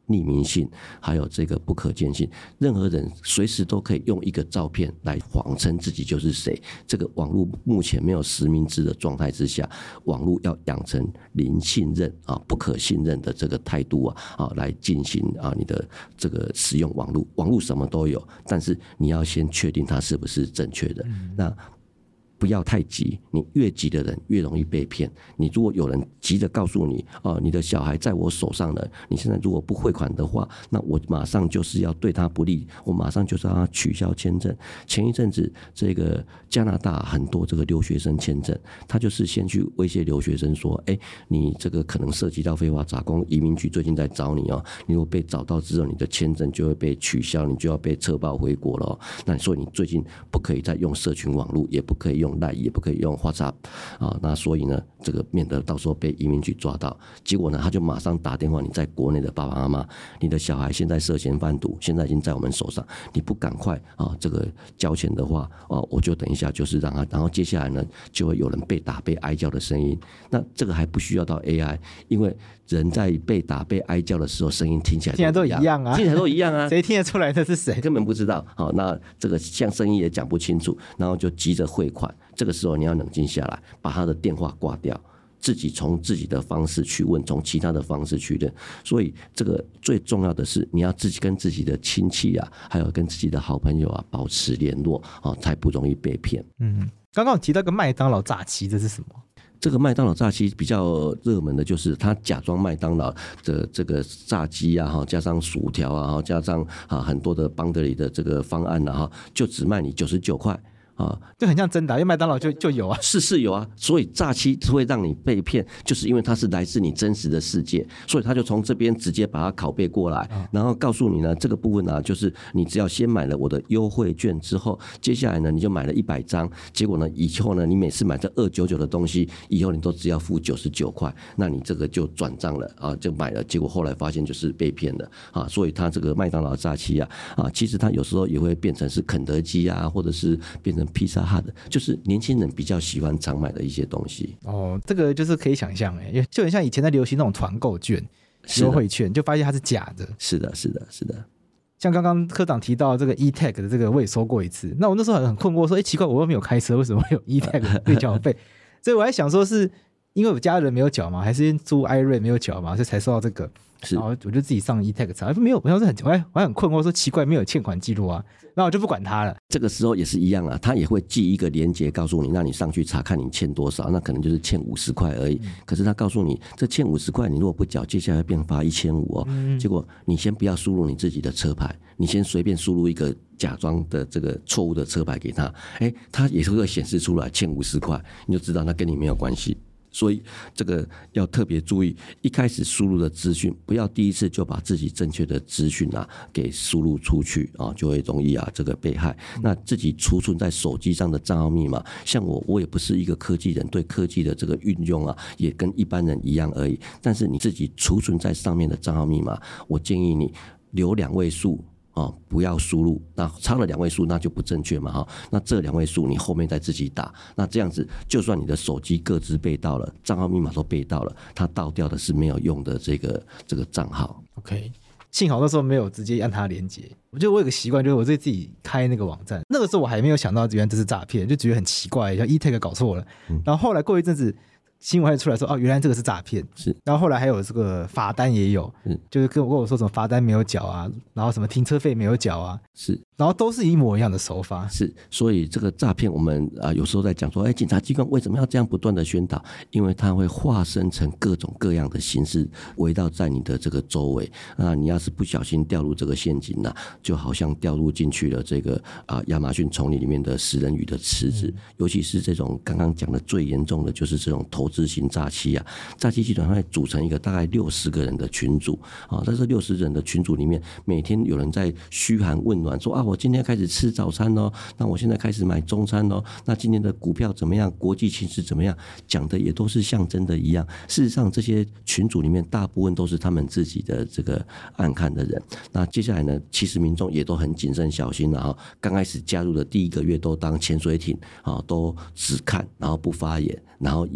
匿名性，还有这个不可见性，任何人随时都可以用一个照片来谎称自己就是谁。这个网络目前没有实名制的状态之下，网络要养成零信任不可信任的这个态度来进行你的这个使用网络。网络什么都有，但是你要先确定它是不是正确的。那不要太急，你越急的人越容易被骗。你如果有人急着告诉你你的小孩在我手上了，你现在如果不汇款的话，那我马上就是要对他不利，我马上就是要他取消签证。前一阵子这个加拿大很多这个留学生签证，他就是先去威胁留学生说你这个可能涉及到非法杂工，移民局最近在找你你如果被找到之后，你的签证就会被取消，你就要被撤报回国了那所以你最近不可以再用社群网络，也不可以用LINE，也不可以用 WhatsApp 那所以呢，这个免得到时候被移民局抓到。结果呢，他就马上打电话，你在国内的爸爸妈妈，你的小孩现在涉嫌贩毒，现在已经在我们手上，你不赶快这个交钱的话我就等一下就是让他，然后接下来呢，就会有人被打被哀叫的声音。那这个还不需要到 AI， 因为人在被打被哀叫的时候，声音听起来都一样啊， 听起来都一样啊， 谁听得出来这是谁？ 根本不知道。那这个像声音也讲不清楚，然后就急着汇款。这个时候你要冷静下来，把他的电话挂掉，自己从自己的方式去问，从其他的方式去认。所以这个最重要的是，你要自己跟自己的亲戚还有跟自己的好朋友保持联络才不容易被骗。 刚刚我提到个麦当劳炸鸡，这是什么？ 这个麦当劳炸鸡比较热门的就是他假装麦当劳的这个炸鸡加上薯条加上很多的邦德里的这个方案就只卖你99块。 就很像真的因为麦当劳就有啊， 是有啊，所以诈欺会让你被骗，就是因为它是来自你真实的世界，所以他就从这边直接把它拷贝过来，然后告诉你呢，这个部分就是你只要先买了我的优惠券之后，接下来呢你就买了100张，结果呢以后呢你每次买这299的东西，以后你都只要付99块，那你这个就转账了就买了，结果后来发现就是被骗了所以他这个麦当劳诈欺其实他有时候也会变成是肯德基或者是变成披萨哈的，就是年轻人比较喜欢常买的一些东西。 这个就是可以想象就很像以前在流行那种团购券、优惠券，就发现它是假的。 是的。 像刚刚科长提到这个 eTag 的这个，我也收过一次。那我那时候很困惑，说奇怪，我又没有开车，为什么会有 eTag 对缴费？所以我还想说，是因为我家人没有缴吗？还是租 iRent 没有缴吗？所以才收到这个。然后我就自己上 eTag 查，没有，我当时我还很困惑，说奇怪，没有欠款记录那我就不管他了。 这个时候也是一样他也会寄一个连结告诉你，让你上去查看你欠多少，那可能就是欠50块而已。可是他告诉你，这欠50块，你如果不缴，接下来变罚1500结果你先不要输入你自己的车牌，你先随便输入一个假装的这个错误的车牌给他，他也是会显示出来欠50块，你就知道那跟你没有关系。所以这个要特别注意，一开始输入的资讯不要第一次就把自己正确的资讯给输入出去就会容易这个被害。那自己储存在手机上的账号密码，像我也不是一个科技人，对科技的这个运用也跟一般人一样而已。但是你自己储存在上面的账号密码，我建议你留2位数。不要输入，那差了2位数那就不正确嘛那这2位数你后面再自己打，那这样子就算你的手机个资被盗了，账号密码都被盗了，它盗掉的是没有用的这个账号。 OK， 幸好那时候没有直接按它连结。我觉得我有个习惯，就是我自己开那个网站，那个时候我还没有想到原来这是诈骗，就觉得很奇怪，像 eTag 搞错了然后后来过一阵子新闻还出来说原来这个是诈骗， 是。 然后后来还有这个罚单也有，就是跟我说什么罚单没有缴然后什么停车费没有缴是。 然后都是一模一样的手法。 是，所以这个诈骗我们有时候在讲说，警察机关为什么要这样不断的宣导？因为它会化身成各种各样的形式，围绕在你的这个周围。你要是不小心掉入这个陷阱就好像掉入进去了这个亚马逊丛林里面的食人鱼的池子。尤其是这种刚刚讲的最严重的，就是这种投资型诈欺诈欺集团会组成一个大概60个人的群组在这60人的群组里面，每天有人在嘘寒问暖，说我今天开始吃早餐那我现在开始买中餐那今天的股票怎么样，国际情势怎么样，讲的也都是像真的一样。事实上这些群组里面大部分都是他们自己的这个暗看的人。那接下来呢，其实民众也都很谨慎小心刚开始加入的第1个月都当潜水艇都只看，然后不发言，然后也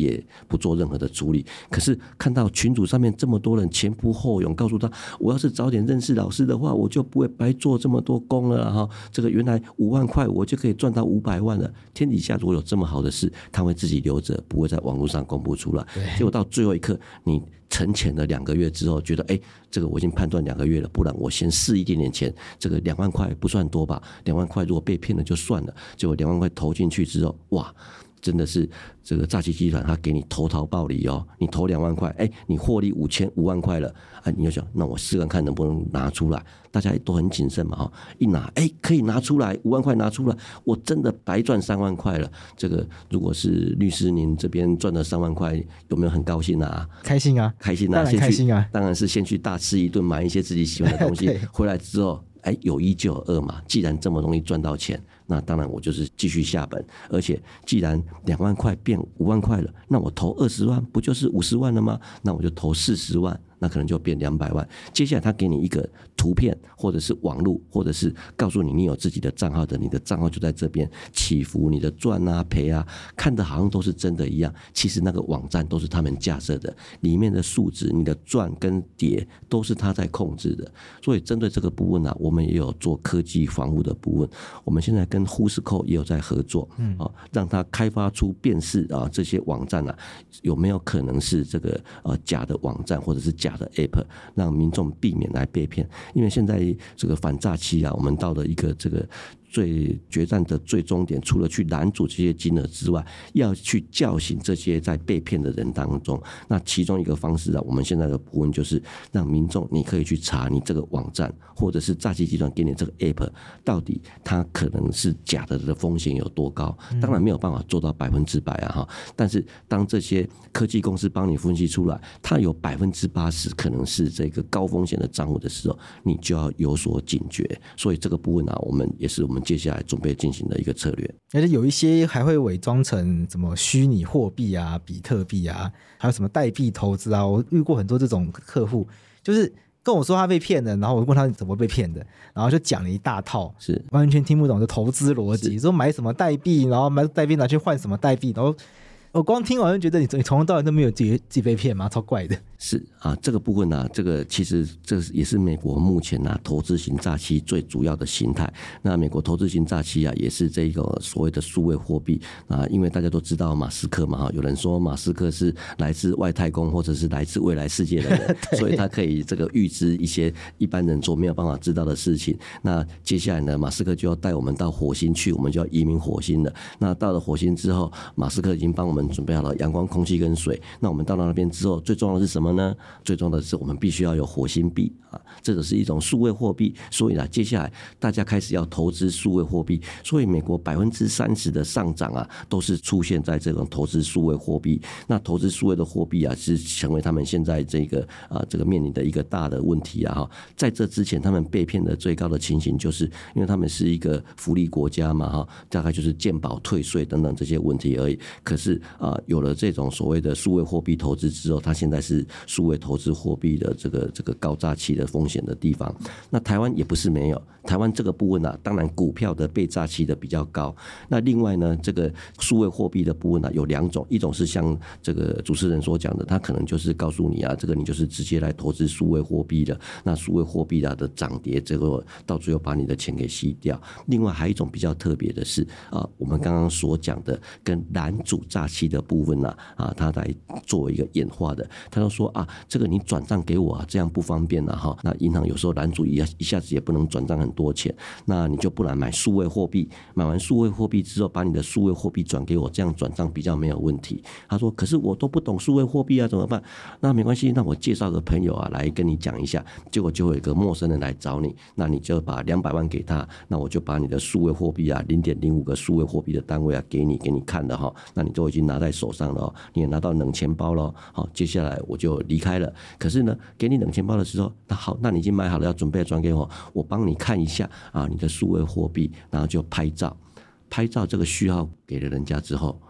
不做任何的处理。可是看到群组上面这么多人前仆后拥，告诉他我要是早点认识老师的话，我就不会白做这么多工了哈。这个原来5万块我就可以赚到500万了。天底下如果有这么好的事，他会自己留着，不会在网络上公布出来。结果到最后一刻，你沉潜了2个月之后，觉得这个我已经判断2个月了，不然我先试一点点钱。这个2万块不算多吧？2万块如果被骗了就算了。结果2万块投进去之后，哇！真的是这个诈欺集团，他给你投桃报李哦，你投2万块，你获利5万块了，你就想，那我试看能不能拿出来。大家都很谨慎嘛，哈，一拿，可以拿出来，5万块拿出来，我真的白赚3万块了。这个如果是律师，您这边赚了3万块，有没有很高兴啊？ 开心啊， 开心啊， 当然开心啊， 当然是先去大吃一顿，买一些自己喜欢的东西，回来之后。有一就有二嘛，既然这么容易赚到钱，那当然我就是继续下本，而且既然2万块变5万块了，那我投20万不就是50万了吗？那我就投40万，那可能就变200万。接下来他给你一个图片，或者是网路，或者是告诉你有自己的账号的，你的账号就在这边起伏，你的赚啊赔啊，看的好像都是真的一样，其实那个网站都是他们架设的，里面的数值，你的赚跟跌都是他在控制的。所以针对这个部分啊，我们也有做科技防护的部分，我们现在跟Whoscall也有在合作，让他开发出辨识这些网站啊有没有可能是这个假的网站或者是假的 App， 让民众避免来被骗。因为现在这个反诈欺啊，我们到了一个这个最决战的最终点，除了去拦阻这些金额之外，要去叫醒这些在被骗的人当中。那其中一个方式啊，我们现在的部分就是让民众你可以去查你这个网站或者是诈欺集团给你这个 app 到底它可能是假的风险有多高。当然没有办法做到100%啊，但是当这些科技公司帮你分析出来它有80%可能是这个高风险的账户的时候，你就要有所警觉。所以这个部分啊，我们也是我们接下来准备进行的一个策略。 而且有一些还会伪装成什么虚拟货币啊、比特币啊，还有什么代币投资啊，我遇过很多这种客户，就是跟我说他被骗了，然后我问他怎么被骗的，然后就讲了一大套， 是完全听不懂的投资逻辑，说买什么代币，然后买代币拿去换什么代币，然后我光听完就觉得你从头到尾都没有自己被骗吗？超怪的。 是啊，这个部分啊，这个其实这也是美国目前啊投资型诈欺最主要的形态。那美国投资型诈欺啊，也是这个所谓的数位货币啊，因为大家都知道马斯克嘛，有人说马斯克是来自外太空或者是来自未来世界的人，所以他可以这个预知一些一般人所没有办法知道的事情。那接下来呢，马斯克就要带我们到火星去，我们就要移民火星了。那到了火星之后，马斯克已经帮我们准备好了阳光、空气跟水。那我们到了那边之后，最重要的是什么呢？最重要的是我们必须要有火星币啊，这个是一种数位货币。所以接下来大家开始要投资数位货币，所以美国30%的上涨啊，都是出现在这种投资数位货币。那投资数位的货币啊，是成为他们现在这个面临的一个大的问题啊。在这之前，他们被骗的最高的情形，就是因为他们是一个福利国家嘛，大概就是健保、退税等等这些问题而已。可是有了这种所谓的数位货币投资之后，它现在是数位投资货币的这个高诈欺的风险的地方。那台湾也不是没有，台湾这个部分啊，当然股票的被诈欺的比较高。那另外呢，这个数位货币的部分啊，有2种，一种是像这个主持人所讲的，他可能就是告诉你啊，这个你就是直接来投资数位货币的，那数位货币的涨跌，这个到最后把你的钱给吸掉。另外还有一种比较特别的是我们刚刚所讲的跟拦阻诈欺的部分啊，他来作为一个演化的，他就说这个你转账给我这样不方便那银行有时候拦阻一下子也不能转账很多钱，那你就不然买数位货币，买完数位货币之后，把你的数位货币转给我，这样转账比较没有问题。他说可是我都不懂数位货币怎么办？那没关系，那我介绍个朋友来跟你讲一下。结果就会有一个陌生人来找你，那你就把200万给他，那我就把你的数位货币0.05个数位货币的单位给你看了那你都已经拿在手上了你也拿到冷钱包了接下来我就离开了。可是呢，给你冷钱包的时候，那好，那你已经买好了要准备转给我，我帮你看一下你的数位货币，然后就拍照这个序号给了人家之后，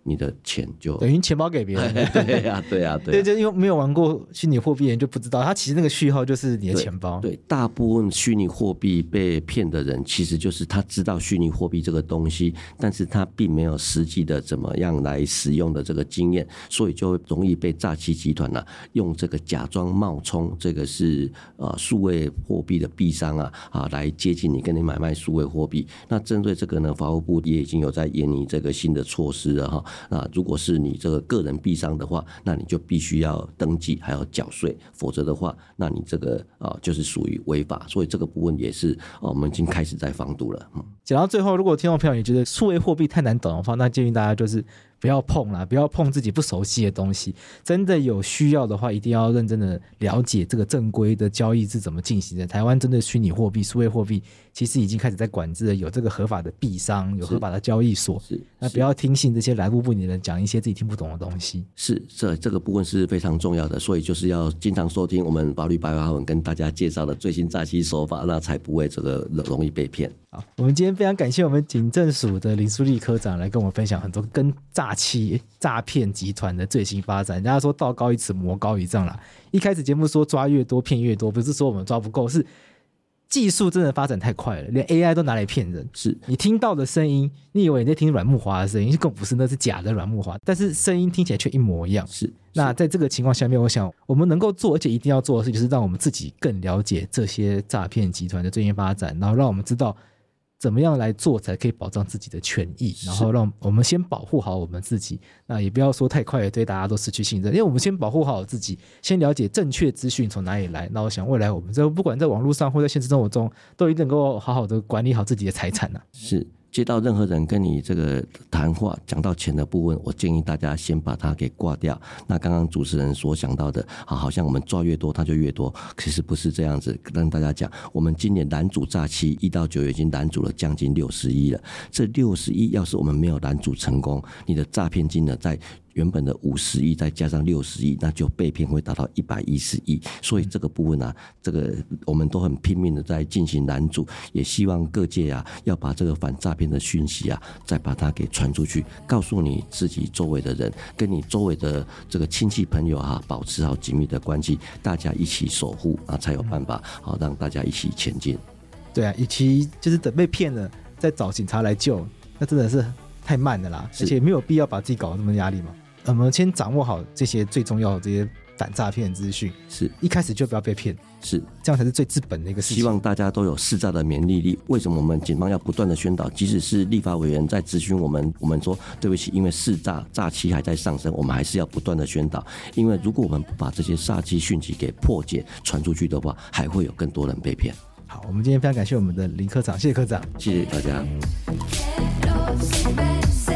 你的钱就等于钱包给别人。 对， 就因为没有玩过虚拟货币的人就不知道，他其实那个序号就是你的钱包。 对，大部分虚拟货币被骗的人，其实就是他知道虚拟货币这个东西，但是他并没有实际的怎么样来使用的这个经验，所以就容易被诈欺集团用这个假装冒充这个是数位货币的币商来接近你，跟你买卖数位货币。那针对这个呢，法务部也已经有在研拟这个新的措施了那如果是你这个个人币商的话，那你就必须要登记还要缴税，否则的话，那你这个就是属于违法。所以这个部分也是我们已经开始在防堵了。 讲到最后，如果听众朋友你觉得数位货币太难懂的话，那建议大家就是不要碰啦，不要碰自己不熟悉的东西。真的有需要的话，一定要认真的了解这个正规的交易是怎么进行的。台湾真的虚拟货币、数位货币其实已经开始在管制了，有这个合法的币商，有合法的交易所。那不要听信这些来路不明的人讲一些自己听不懂的东西。是， 这个部分是非常重要的，所以就是要经常收听我们法律白话文跟大家介绍的最新诈欺手法，那才不会这个容易被骗。 好，我们今天非常感谢我们警政署的林淑丽科长来跟我们分享很多跟诈骗集团的最新发展。人家说道高一尺魔高一丈啦，一开始节目说抓越多骗越多，不是说我们抓不够，是技术真的发展太快了，连 AI 都拿来骗人。 是你听到的声音，你以为你在听阮木华的声音，更不是，那是假的阮木华，但是声音听起来却一模一样。 是。 那在这个情况下面，我想我们能够做而且一定要做的事，就是让我们自己更了解这些诈骗集团的最新发展，然后让我们知道怎么样来做才可以保障自己的权益，然后让我们先保护好我们自己。那也不要说太快的对大家都失去信任，因为我们先保护好自己，先了解正确资讯从哪里来。那我想未来我们不管在网络上或在现实生活中，都一定能够好好的管理好自己的财产是。接到任何人跟你这个谈话讲到钱的部分，我建议大家先把它给挂掉。那刚刚主持人所想到的好像我们抓越多它就越多，其实不是这样子。跟大家讲，我们今年拦阻诈欺1到9月已经拦阻了将近60亿了。这60亿要是我们没有拦阻成功，你的诈骗金额在原本的50亿再加上60亿，那就被骗会达到110亿。所以这个部分这个我们都很拼命的在进行拦阻，也希望各界要把这个反诈骗的讯息再把它给传出去，告诉你自己周围的人，跟你周围的这个亲戚朋友保持好紧密的关系，大家一起守护才有办法让大家一起前进。 对与其就是等被骗了再找警察来救，那真的是太慢了啦，而且没有必要把自己搞得那么压力嘛。我们先掌握好这些最重要的这些反诈骗资讯，是一开始就不要被骗，是这样才是最治本的一个事情。 希望大家都有识诈的免疫力。为什么我们警方要不断的宣导？即使是立法委员在质询我们说对不起，因为识诈诈欺还在上升，我们还是要不断的宣导。因为如果我们不把这些诈欺讯息给破解传出去的话，还会有更多人被骗。 好，我们今天非常感谢我们的林科长，谢谢科长， 谢谢大家。